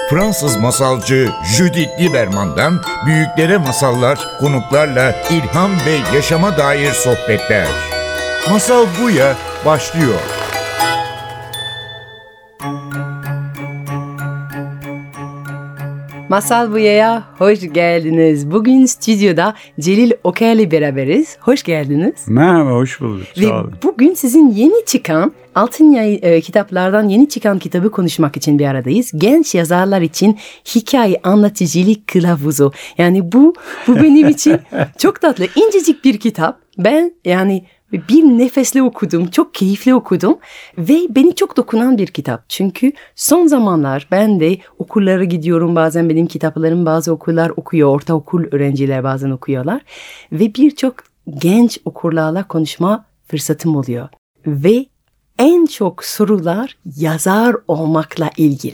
Fransız masalcı Judith Lieberman'dan büyüklere masallar, konuklarla ilham ve yaşama dair sohbetler. Masal Buya başlıyor. Masal Buya'ya hoş geldiniz. Bugün stüdyoda Celil Oker'le beraberiz. Hoş geldiniz. Merhaba, hoş bulduk. Sağ olun. Ve bugün sizin yeni çıkan Altın Yay kitaplardan yeni çıkan kitabı konuşmak için bir aradayız. Genç yazarlar için hikaye anlatıcılık kılavuzu. Yani bu benim için çok tatlı, incecik bir kitap. Ben bir nefesle okudum, çok keyifli okudum ve beni çok dokunan bir kitap. Çünkü son zamanlar ben de okullara gidiyorum, bazen benim kitaplarım bazı okullar okuyor, ortaokul öğrenciler bazen okuyorlar. Ve birçok genç okurlarla konuşma fırsatım oluyor. Ve en çok sorular yazar olmakla ilgili.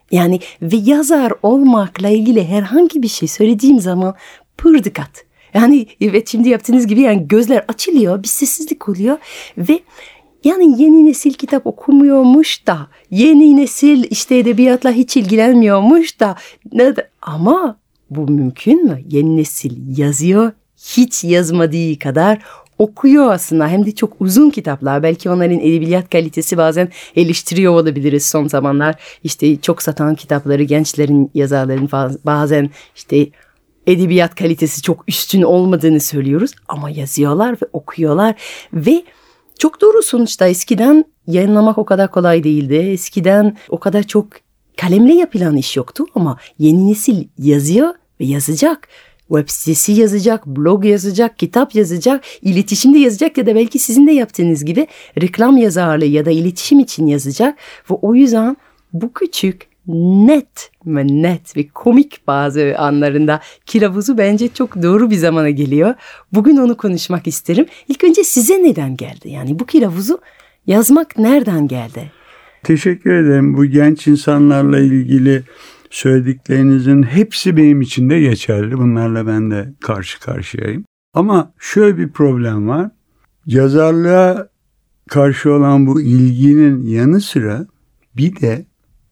Ve yazar olmakla ilgili herhangi bir şey söylediğim zaman pır dikkat. Evet, şimdi yaptığınız gibi gözler açılıyor, bir sessizlik oluyor ve yeni nesil kitap okumuyormuş da, yeni nesil edebiyatla hiç ilgilenmiyormuş da, ama bu mümkün mü? Yeni nesil yazıyor, hiç yazmadığı kadar okuyor aslında, hem de çok uzun kitaplar. Belki onların edebiyat kalitesi bazen eleştiriyor olabiliriz son zamanlar. Çok satan kitapları gençlerin, yazarların bazen edebiyat kalitesi çok üstün olmadığını söylüyoruz. Ama yazıyorlar ve okuyorlar ve çok doğru sonuçta. Eskiden yayınlamak o kadar kolay değildi. Eskiden o kadar çok kalemle yapılan iş yoktu ama yeni nesil yazıyor ve yazacak. Web sitesi yazacak, blog yazacak, kitap yazacak, iletişimde yazacak ya da belki sizin de yaptığınız gibi reklam yazarlığı ya da iletişim için yazacak. Ve o yüzden bu küçük, net ve komik bazı anlarında kılavuzu bence çok doğru bir zamana geliyor. Bugün onu konuşmak isterim. İlk önce size neden geldi? Bu kılavuzu yazmak nereden geldi? Teşekkür ederim. Bu genç insanlarla ilgili söylediklerinizin hepsi benim için de geçerli. Bunlarla ben de karşı karşıyayım. Ama şöyle bir problem var. Yazarlığa karşı olan bu ilginin yanı sıra bir de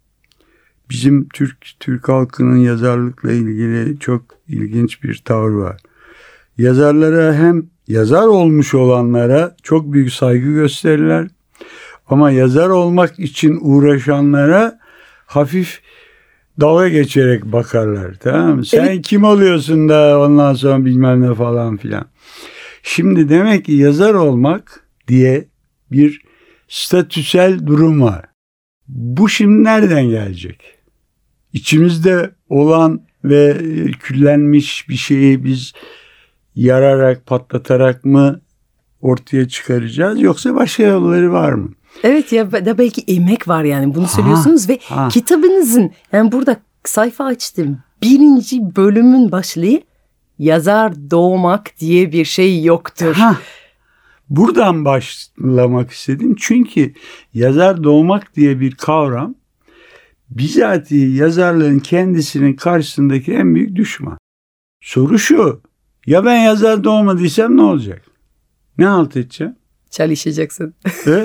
bizim Türk halkının yazarlıkla ilgili çok ilginç bir tavır var. Yazarlara, hem yazar olmuş olanlara çok büyük saygı gösterirler. Ama yazar olmak için uğraşanlara hafif dalga geçerek bakarlar. Tamam mı? Sen kim oluyorsun da ondan sonra bilmem ne falan filan. Şimdi demek ki yazar olmak diye bir statüsel durum var. Bu şimdi nereden gelecek? İçimizde olan ve küllenmiş bir şeyi biz yararak, patlatarak mı ortaya çıkaracağız, yoksa başka yolları var mı? Evet, ya da belki emek var, bunu söylüyorsunuz ve kitabınızın, burada sayfa açtım, 1. bölümün başlığı yazar doğmak diye bir şey yoktur. Buradan başlamak istedim çünkü yazar doğmak diye bir kavram bizatihi yazarlığın kendisinin karşısındaki en büyük düşman. Soru şu: ya ben yazar doğmadıysam ne olacak? Ne halt edeceğim? Çalışacaksın.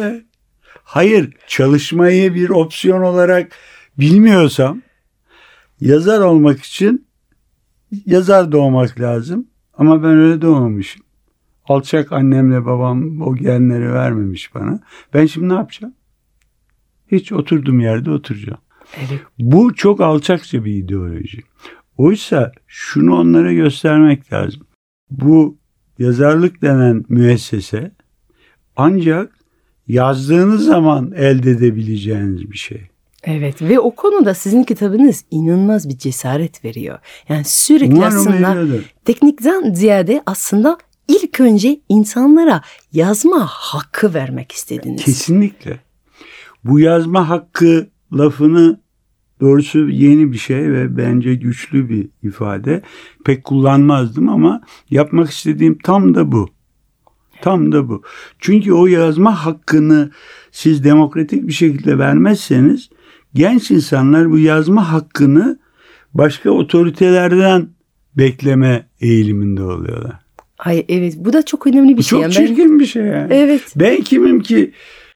Hayır, çalışmayı bir opsiyon olarak bilmiyorsam, yazar olmak için yazar doğmak lazım. Ama ben öyle doğmamışım. Alçak annemle babam o genleri vermemiş bana. Ben şimdi ne yapacağım? Hiç oturduğum yerde oturacağım. Evet. Bu çok alçakça bir ideoloji. Oysa şunu onlara göstermek lazım. Bu yazarlık denen müessese ancak yazdığınız zaman elde edebileceğiniz bir şey. Evet, ve o konuda sizin kitabınız inanılmaz bir cesaret veriyor. Sürekli umarım aslında öyledir. Teknikten ziyade aslında ilk önce insanlara yazma hakkı vermek istediniz. Kesinlikle. Bu yazma hakkı lafını, doğrusu yeni bir şey ve bence güçlü bir ifade. Pek kullanmazdım ama yapmak istediğim tam da bu. Tam da bu. Çünkü o yazma hakkını siz demokratik bir şekilde vermezseniz, genç insanlar bu yazma hakkını başka otoritelerden bekleme eğiliminde oluyorlar. Ay evet, bu da çok önemli bir şey. Çok çirkin bir şey yani. Evet. Ben kimim ki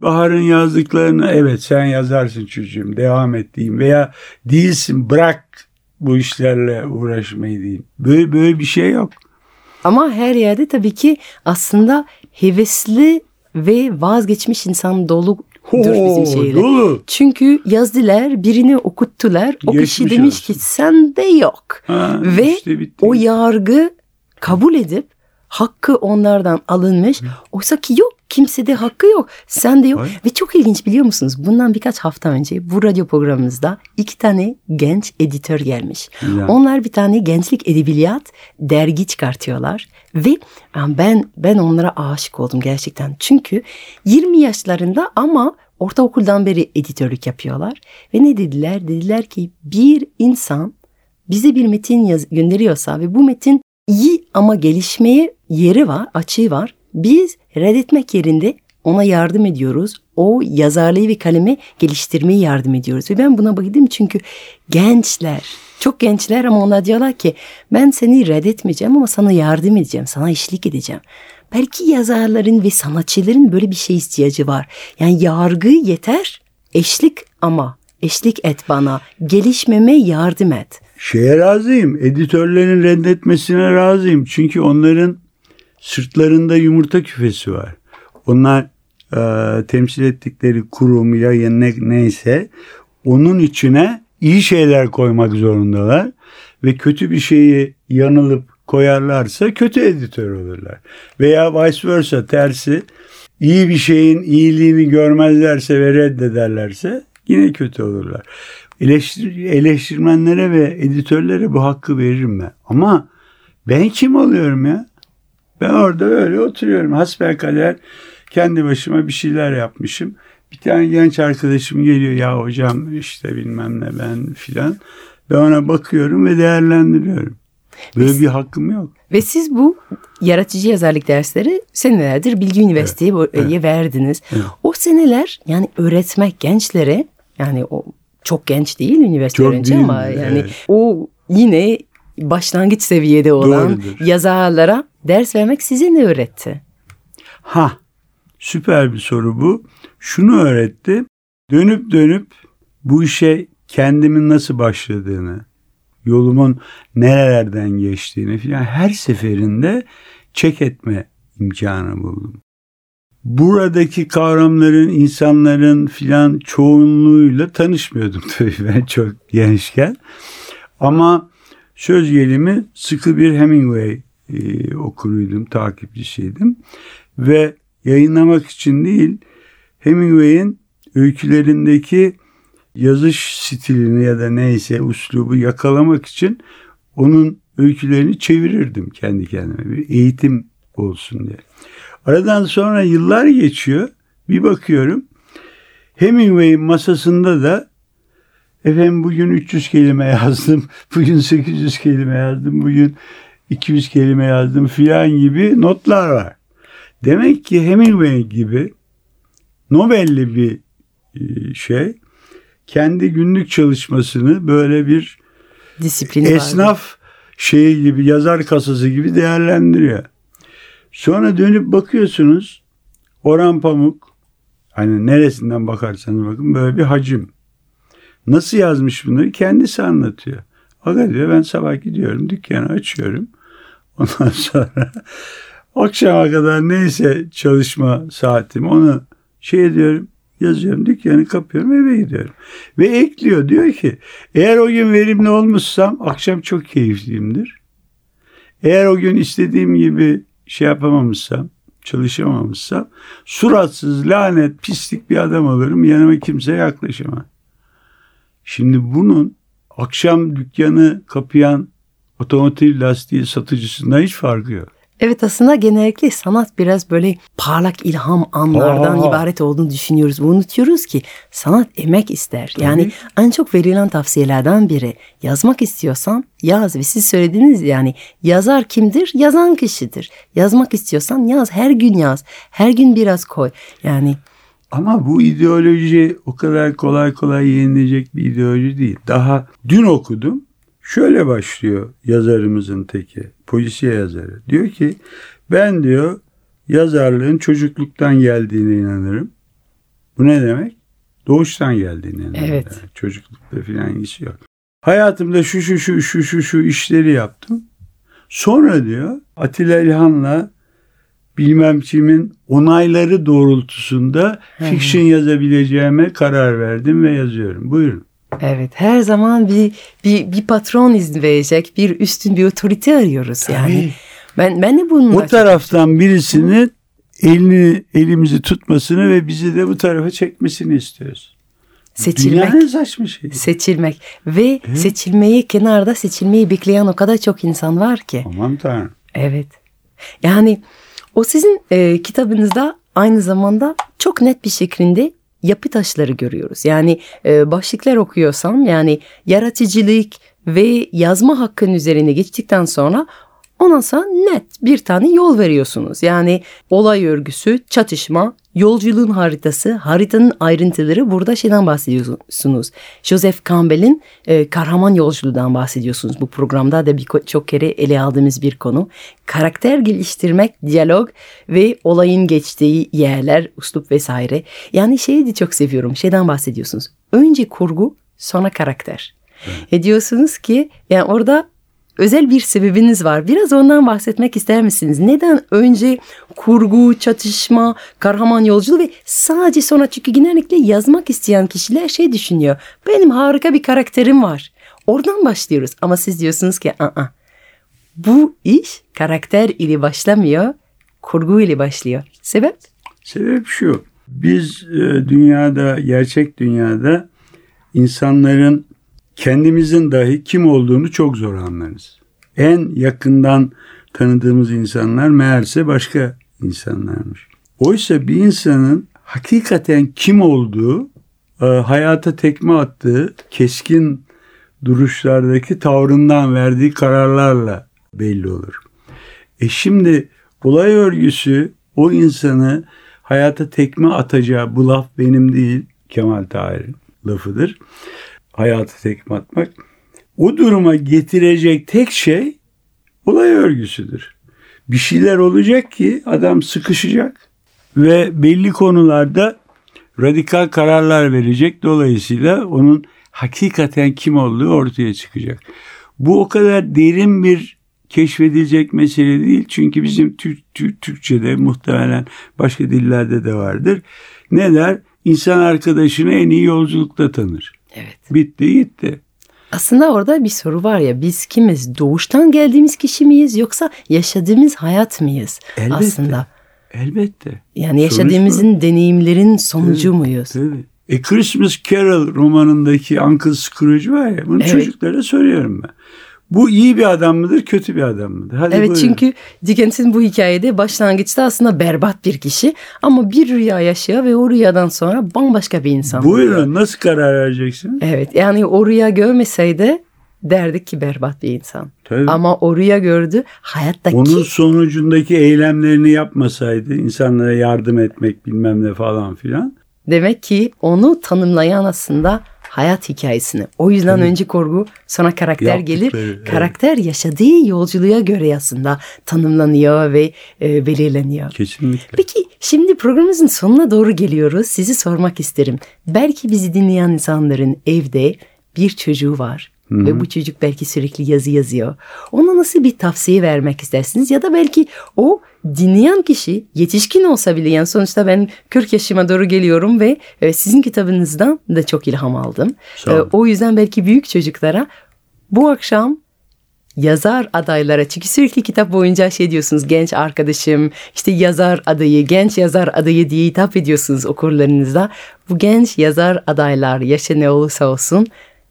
Bahar'ın yazdıklarını evet sen yazarsın çocuğum devam et diyeyim veya değilsin bırak bu işlerle uğraşmayı diyeyim. Böyle bir şey yok. Ama her yerde tabii ki aslında hevesli ve vazgeçmiş insan doludur bizim şehirde. Dolu. Çünkü yazdılar, birini okuttular. O Geçmiş kişi demiş olsun. ki sende yok. Ve işte bitti. o yargı kabul edip hakkı onlardan alınmış. Oysa ki yok. Kimsede hakkı yok. Sende yok. Hayır. Ve çok ilginç biliyor musunuz? Bundan birkaç hafta önce bu radyo programımızda 2 tane genç editör gelmiş. Güzel. Onlar bir tane gençlik edebiyat dergi çıkartıyorlar. Ve ben onlara aşık oldum gerçekten. Çünkü 20 yaşlarında ama ortaokuldan beri editörlük yapıyorlar. Ve ne dediler? Dediler ki bir insan bize bir metin gönderiyorsa ve bu metin iyi ama gelişmeye yeri var, açığı var. Biz reddetmek yerinde ona yardım ediyoruz. O yazarlığı ve kalemi geliştirmeye yardım ediyoruz. Ve ben buna bayıldım çünkü gençler, çok gençler ama onlar diyorlar ki ben seni reddetmeyeceğim ama sana yardım edeceğim, sana eşlik edeceğim. Belki yazarların ve sanatçıların böyle bir şey ihtiyacı var. Yani yargı yeter, eşlik et bana, gelişmeme yardım et. Şeye razıyım. Editörlerin reddetmesine razıyım. Çünkü onların sırtlarında yumurta küfesi var. Onlar temsil ettikleri kurum, yayın neyse onun içine iyi şeyler koymak zorundalar. Ve kötü bir şeyi yanılıp koyarlarsa kötü editör olurlar. Veya vice versa tersi iyi bir şeyin iyiliğini görmezlerse ve reddederlerse yine kötü olurlar. Eleştirmenlere ve editörlere bu hakkı veririm ben. Ama ben kim oluyorum ya? Ben orada öyle oturuyorum. Hasbelkader kendi başıma bir şeyler yapmışım. Bir tane genç arkadaşım geliyor. Ya hocam işte bilmem ne ben filan. Ben ona bakıyorum ve değerlendiriyorum. Böyle bir hakkım yok. Ve siz bu yaratıcı yazarlık dersleri senelerdir Bilgi Üniversitesi'ye verdiniz. Evet. O seneler yani öğretmek gençlere yani o çok genç değil üniversite öğrenci ama yani evet. O yine başlangıç seviyede olan doğrudur. Yazarlara ders vermek size ne öğretti? Süper bir soru bu. Şunu öğretti. Dönüp bu işe kendimin nasıl başladığını, yolumun nerelerden geçtiğini filan her seferinde check etme imkanı buldum. Buradaki kavramların, insanların filan çoğunluğuyla tanışmıyordum tabii ben çok gençken. Ama söz gelimi sıkı bir Hemingway okuruydum, takipçisiydim. Ve yayınlamak için değil, Hemingway'in öykülerindeki yazış stilini ya da neyse üslubu yakalamak için onun öykülerini çevirirdim kendi kendime. Bir eğitim olsun diye. Aradan sonra yıllar geçiyor. Bir bakıyorum Hemingway'in masasında da efendim bugün 300 kelime yazdım, bugün 800 kelime yazdım, bugün 200 kelime yazdım filan gibi notlar var. Demek ki Hemingway gibi Nobel'li bir şey kendi günlük çalışmasını böyle bir disiplini esnaf şeyi gibi yazar kasası gibi değerlendiriyor. Sonra dönüp bakıyorsunuz Orhan Pamuk hani neresinden bakarsanız bakın böyle bir hacim. Nasıl yazmış bunları? Kendisi anlatıyor. Aga diyor ben sabah gidiyorum dükkanı açıyorum. Ondan sonra akşama kadar neyse çalışma saatim onu diyorum yazıyorum dükkanı kapıyorum eve gidiyorum. Ve ekliyor diyor ki eğer o gün verimli olmuşsam akşam çok keyifliyimdir. Eğer o gün istediğim gibi yapamamışsam çalışamamışsam suratsız lanet pislik bir adam olurum yanıma kimse yaklaşamaz. Şimdi bunun akşam dükkanı kapayan otomotiv lastiği satıcısından hiç farkı yok. Evet aslında genellikle sanat biraz böyle parlak ilham anlardan ibaret olduğunu düşünüyoruz. Unutuyoruz ki sanat emek ister. Yani en çok verilen tavsiyelerden biri yazmak istiyorsan yaz ve siz söylediniz yani yazar kimdir? Yazan kişidir. Yazmak istiyorsan yaz her gün yaz. Her gün biraz koy yani. Ama bu ideoloji o kadar kolay yenilecek bir ideoloji değil. Daha dün okudum. Şöyle başlıyor yazarımızın teki, polisiye yazarı. Diyor ki ben diyor yazarlığın çocukluktan geldiğine inanırım. Bu ne demek? Doğuştan geldiğini. Evet. Çocuklukta filan ilgisi yok. Hayatımda şu işleri yaptım. Sonra diyor Atilla İlhan'la bilmem kimin onayları doğrultusunda fiction yazabileceğime karar verdim ve yazıyorum. Buyurun. Evet, her zaman bir patron izin verecek, bir üstün bir otorite arıyoruz yani. Ben de bununla o taraftan birisinin elimizi tutmasını ve bizi de bu tarafa çekmesini istiyoruz. Seçilmek. Dünyanın saçma şeyi. Seçilmek ve seçilmeyi, kenarda seçilmeyi bekleyen o kadar çok insan var ki. Aman Tanrım. Evet. Yani o sizin kitabınızda aynı zamanda çok net bir şekilde yapı taşları görüyoruz. Yani başlıklar okuyorsam, yani yaratıcılık ve yazma hakkının üzerine geçtikten sonra ondan sonra net bir tane yol veriyorsunuz. Yani olay örgüsü, çatışma, yolculuğun haritası, haritanın ayrıntıları, burada şeyden bahsediyorsunuz. Joseph Campbell'in kahraman yolculuğundan bahsediyorsunuz. Bu programda da çok kere ele aldığımız bir konu. Karakter geliştirmek, diyalog ve olayın geçtiği yerler, üslup vesaire. Yani şeyi de çok seviyorum. Şeyden bahsediyorsunuz. Önce kurgu, sonra karakter. Diyorsunuz ki yani orada özel bir sebebiniz var. Biraz ondan bahsetmek ister misiniz? Neden önce kurgu, çatışma, kahraman yolculuğu ve sadece sonra, çünkü genellikle yazmak isteyen kişiler şey düşünüyor. Benim harika bir karakterim var. Oradan başlıyoruz. Ama siz diyorsunuz ki bu iş karakter ile başlamıyor, kurgu ile başlıyor. Sebep? Sebep şu. Biz dünyada, gerçek dünyada insanların kendimizin dahi kim olduğunu çok zor anlarız. En yakından tanıdığımız insanlar meğerse başka insanlarmış. Oysa bir insanın hakikaten kim olduğu, hayata tekme attığı keskin duruşlardaki tavrından verdiği kararlarla belli olur. Şimdi olay örgüsü o insanı hayata tekme atacağı, bu laf benim değil, Kemal Tahir'in lafıdır. Hayatı tekme atmak. O duruma getirecek tek şey olay örgüsüdür. Bir şeyler olacak ki adam sıkışacak ve belli konularda radikal kararlar verecek. Dolayısıyla onun hakikaten kim olduğu ortaya çıkacak. Bu o kadar derin bir keşfedilecek mesele değil. Çünkü bizim Türkçe'de, muhtemelen başka dillerde de vardır. Ne der? İnsan arkadaşını en iyi yolculukta tanır. Evet. Bitti gitti. Aslında orada bir soru var ya, biz kimiz? Doğuştan geldiğimiz kişi miyiz yoksa yaşadığımız hayat mıyız? Elbette. Aslında. Elbette. Yani yaşadığımızın deneyimlerin sonucu muyuz? Tabii. Christmas Carol romanındaki Uncle Scrooge var ya, bunu çocuklara söylüyorum ben. Bu iyi bir adam mıdır, kötü bir adam mıdır? Hadi evet, buyurun. çünkü Dickens'in bu hikayede başlangıçta aslında berbat bir kişi ama bir rüya yaşıyor ve o rüyadan sonra bambaşka bir insan. Buyurun oluyor. Nasıl karar vereceksin? Evet, yani o rüya görmeseydi derdik ki berbat bir insan. Tabii. Ama o rüya gördü, hayattaki... Onun sonucundaki eylemlerini yapmasaydı, insanlara yardım etmek bilmem ne falan filan. Demek ki onu tanımlayan aslında hayat hikayesini. O yüzden önce kurgu, sonra karakter gelir. Karakter yaşadığı yolculuğa göre aslında tanımlanıyor ve belirleniyor. Kesinlikle. Peki şimdi programımızın sonuna doğru geliyoruz. Sizi sormak isterim. Belki bizi dinleyen insanların evde bir çocuğu var. Hı-hı. Ve bu çocuk belki sürekli yazı yazıyor. Ona nasıl bir tavsiye vermek istersiniz? Ya da belki o dinleyen kişi yetişkin olsa bile, yani sonuçta ben 40 yaşıma doğru geliyorum ve sizin kitabınızdan da çok ilham aldım. O yüzden belki büyük çocuklara bu akşam yazar adaylara, çünkü sürekli kitap boyunca şey diyorsunuz, genç arkadaşım, işte yazar adayı, genç yazar adayı diye hitap ediyorsunuz okurlarınızda. Bu genç yazar adaylar, yaşı ne olursa olsun,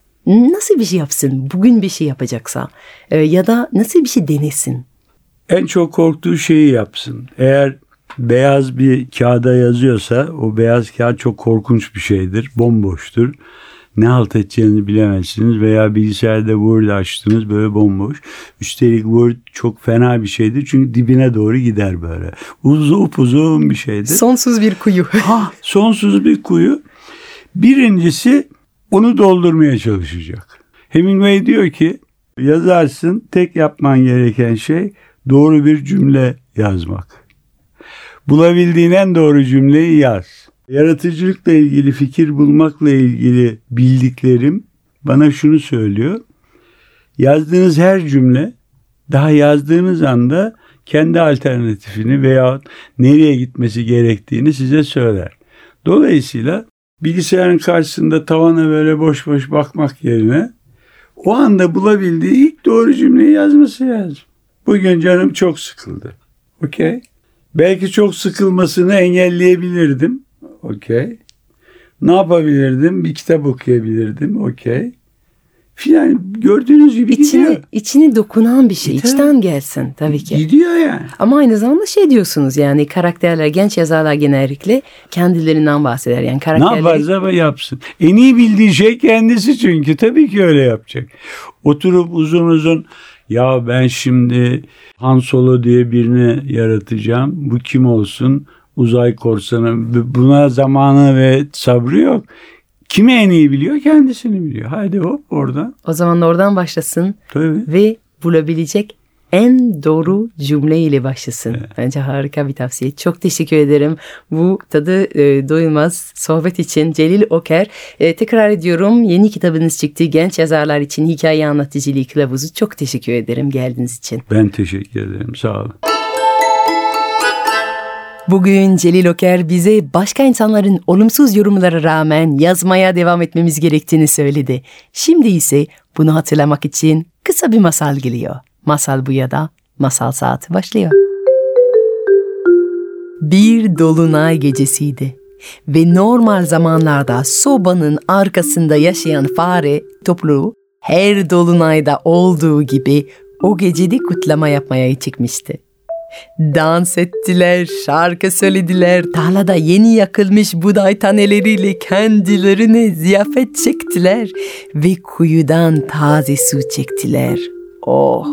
nasıl bir şey yapsın? Bugün bir şey yapacaksa ya da nasıl bir şey denesin? En çok korktuğu şeyi yapsın. Eğer beyaz bir kağıda yazıyorsa, o beyaz kağıt çok korkunç bir şeydir. Bomboştur. Ne halt edeceğini bilemezsiniz veya bilgisayarda Word açtınız, böyle bomboş. Üstelik Word çok fena bir şeydir çünkü dibine doğru gider böyle. Upuzun bir şeydir. Sonsuz bir kuyu. Sonsuz bir kuyu. Birincisi onu doldurmaya çalışacak. Hemingway diyor ki, yazarsın, tek yapman gereken şey doğru bir cümle yazmak. Bulabildiğin en doğru cümleyi yaz. Yaratıcılıkla ilgili, fikir bulmakla ilgili bildiklerim bana şunu söylüyor. Yazdığınız her cümle daha yazdığınız anda kendi alternatifini veya nereye gitmesi gerektiğini size söyler. Dolayısıyla bilgisayarın karşısında tavana böyle boş boş bakmak yerine o anda bulabildiği ilk doğru cümleyi yazması lazım. Bugün canım çok sıkıldı. Okey. Belki çok sıkılmasını engelleyebilirdim. Okey. Ne yapabilirdim? Bir kitap okuyabilirdim. Okey. Yani gördüğünüz gibi gidiyor. İçine dokunan bir şey. İçten gelsin tabii ki. Gidiyor yani. Ama aynı zamanda şey diyorsunuz yani karakterler, genç yazarlar genellikle kendilerinden bahseder. Yani karakterleri... Ne yaparsa yapsın. En iyi bildiği şey kendisi çünkü. Tabii ki öyle yapacak. Oturup uzun uzun ya ben şimdi Han Solo diye birini yaratacağım. Bu kim olsun? Uzay korsanı. Buna zamanı ve sabrı yok. Kimi en iyi biliyor? Kendisini biliyor. Haydi hop oradan. O zaman oradan başlasın. Tabii. Ve bulabilecek en doğru cümleyle başlasın. Evet. Bence harika bir tavsiye. Çok teşekkür ederim. Bu tadı doyulmaz sohbet için Celil Oker. Tekrar ediyorum, yeni kitabınız çıktı. Genç yazarlar için hikaye anlatıcılığı kılavuzu. Çok teşekkür ederim geldiğiniz için. Ben teşekkür ederim. Sağ olun. Bugün Celil Oker bize başka insanların olumsuz yorumlara rağmen yazmaya devam etmemiz gerektiğini söyledi. Şimdi ise bunu hatırlamak için kısa bir masal geliyor. Masal bu ya da masal saati başlıyor. Bir dolunay gecesiydi ve normal zamanlarda sobanın arkasında yaşayan fare topluluğu her dolunayda olduğu gibi o gecede kutlama yapmaya çıkmıştı. Dans ettiler, şarkı söylediler, tarlada yeni yakılmış buğday taneleriyle kendilerine ziyafet çektiler ve kuyudan taze su çektiler. Oh!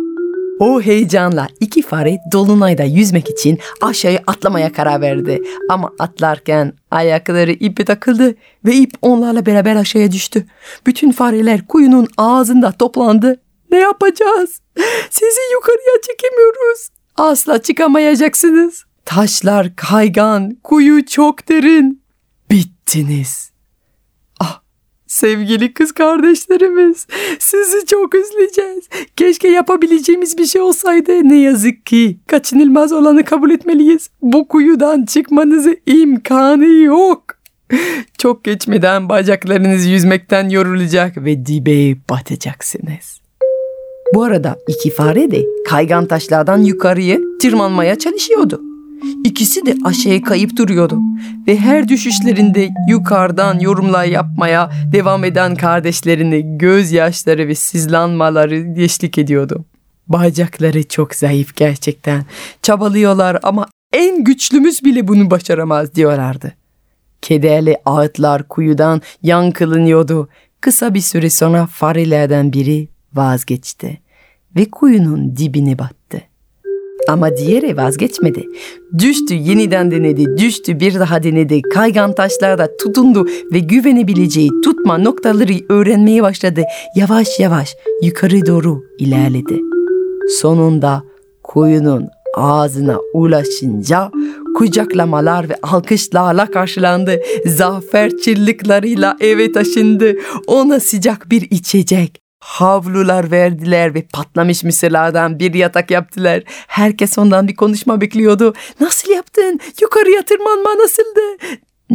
O heyecanla iki fare dolunayda yüzmek için aşağıya atlamaya karar verdi. Ama atlarken ayakları ipe takıldı ve ip onlarla beraber aşağıya düştü. Bütün fareler kuyunun ağzında toplandı. Ne yapacağız? Sizi yukarıya çekemiyoruz. Asla çıkamayacaksınız. Taşlar kaygan, kuyu çok derin. Bittiniz. Ah, sevgili kız kardeşlerimiz, sizi çok üzüleceğiz. Keşke yapabileceğimiz bir şey olsaydı. Ne yazık ki kaçınılmaz olanı kabul etmeliyiz. Bu kuyudan çıkmanızı imkanı yok. Çok geçmeden bacaklarınız yüzmekten yorulacak ve dibe batacaksınız. Bu arada iki fare de kaygan taşlardan yukarıya tırmanmaya çalışıyordu. İkisi de aşağıya kayıp duruyordu. Ve her düşüşlerinde yukarıdan yorumlar yapmaya devam eden kardeşlerine gözyaşları ve sızlanmaları eşlik ediyordu. Bacakları çok zayıf gerçekten. Çabalıyorlar ama en güçlümüz bile bunu başaramaz diyorlardı. Kederli ağıtlar kuyudan yankılanıyordu. Kısa bir süre sonra farelerden biri vazgeçti ve kuyunun dibine battı. Ama diğeri vazgeçmedi. Düştü, yeniden denedi, düştü, bir daha denedi. Kaygan taşlarda tutundu ve güvenebileceği tutma noktaları öğrenmeye başladı. Yavaş yavaş yukarı doğru ilerledi. Sonunda kuyunun ağzına ulaşınca kucaklamalar ve alkışlarla karşılandı. Zafer çığlıklarıyla eve taşındı. Ona sıcak bir içecek, havlular verdiler ve patlamış mısırlardan bir yatak yaptılar. Herkes ondan bir konuşma bekliyordu. Nasıl yaptın? Yukarıya tırmanma nasıldı?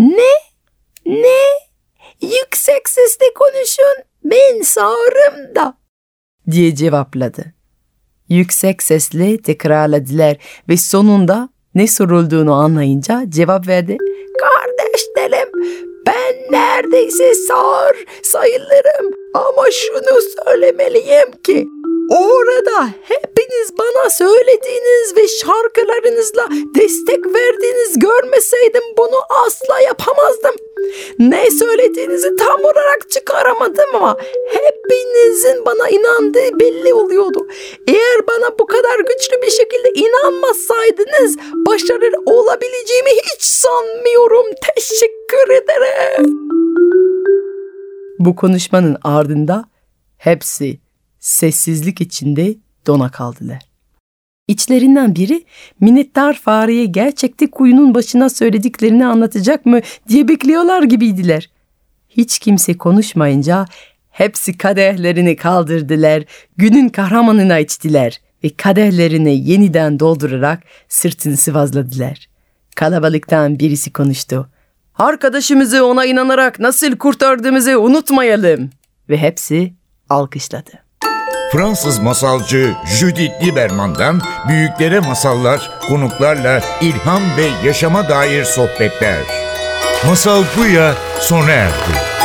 Ne? Yüksek sesle konuşun. Ben sağırım da diye cevapladı. Yüksek sesle tekrarladılar ve sonunda ne sorulduğunu anlayınca cevap verdi. Kardeşlerim, ben neredeyse sağır sayılırım ama şunu söylemeliyim ki orada hepiniz bana söylediğiniz ve şarkılarınızla destek verdiğiniz görmeseydim bunu asla yapamazdım. Ne söylediğinizi tam olarak çıkaramadım ama hepinizin bana inandığı belli oluyordu. Eğer bana bu kadar güçlü bir şekilde inanmasaydınız başarılı olabileceğimi hiç sanmıyorum. Teşekkür ederim. Bu konuşmanın ardında hepsi sessizlik içinde dona kaldılar. İçlerinden biri minnettar fareye gerçekte kuyunun başına söylediklerini anlatacak mı diye bekliyorlar gibiydiler. Hiç kimse konuşmayınca hepsi kadehlerini kaldırdılar, günün kahramanına içtiler ve kadehlerini yeniden doldurarak sırtını sıvazladılar. Kalabalıktan birisi konuştu. Arkadaşımızı ona inanarak nasıl kurtardığımızı unutmayalım. Ve hepsi alkışladı. Fransız masalcı Judith Lieberman'dan büyüklere masallar, konuklarla ilham ve yaşama dair sohbetler. Masal Buya sona erdi.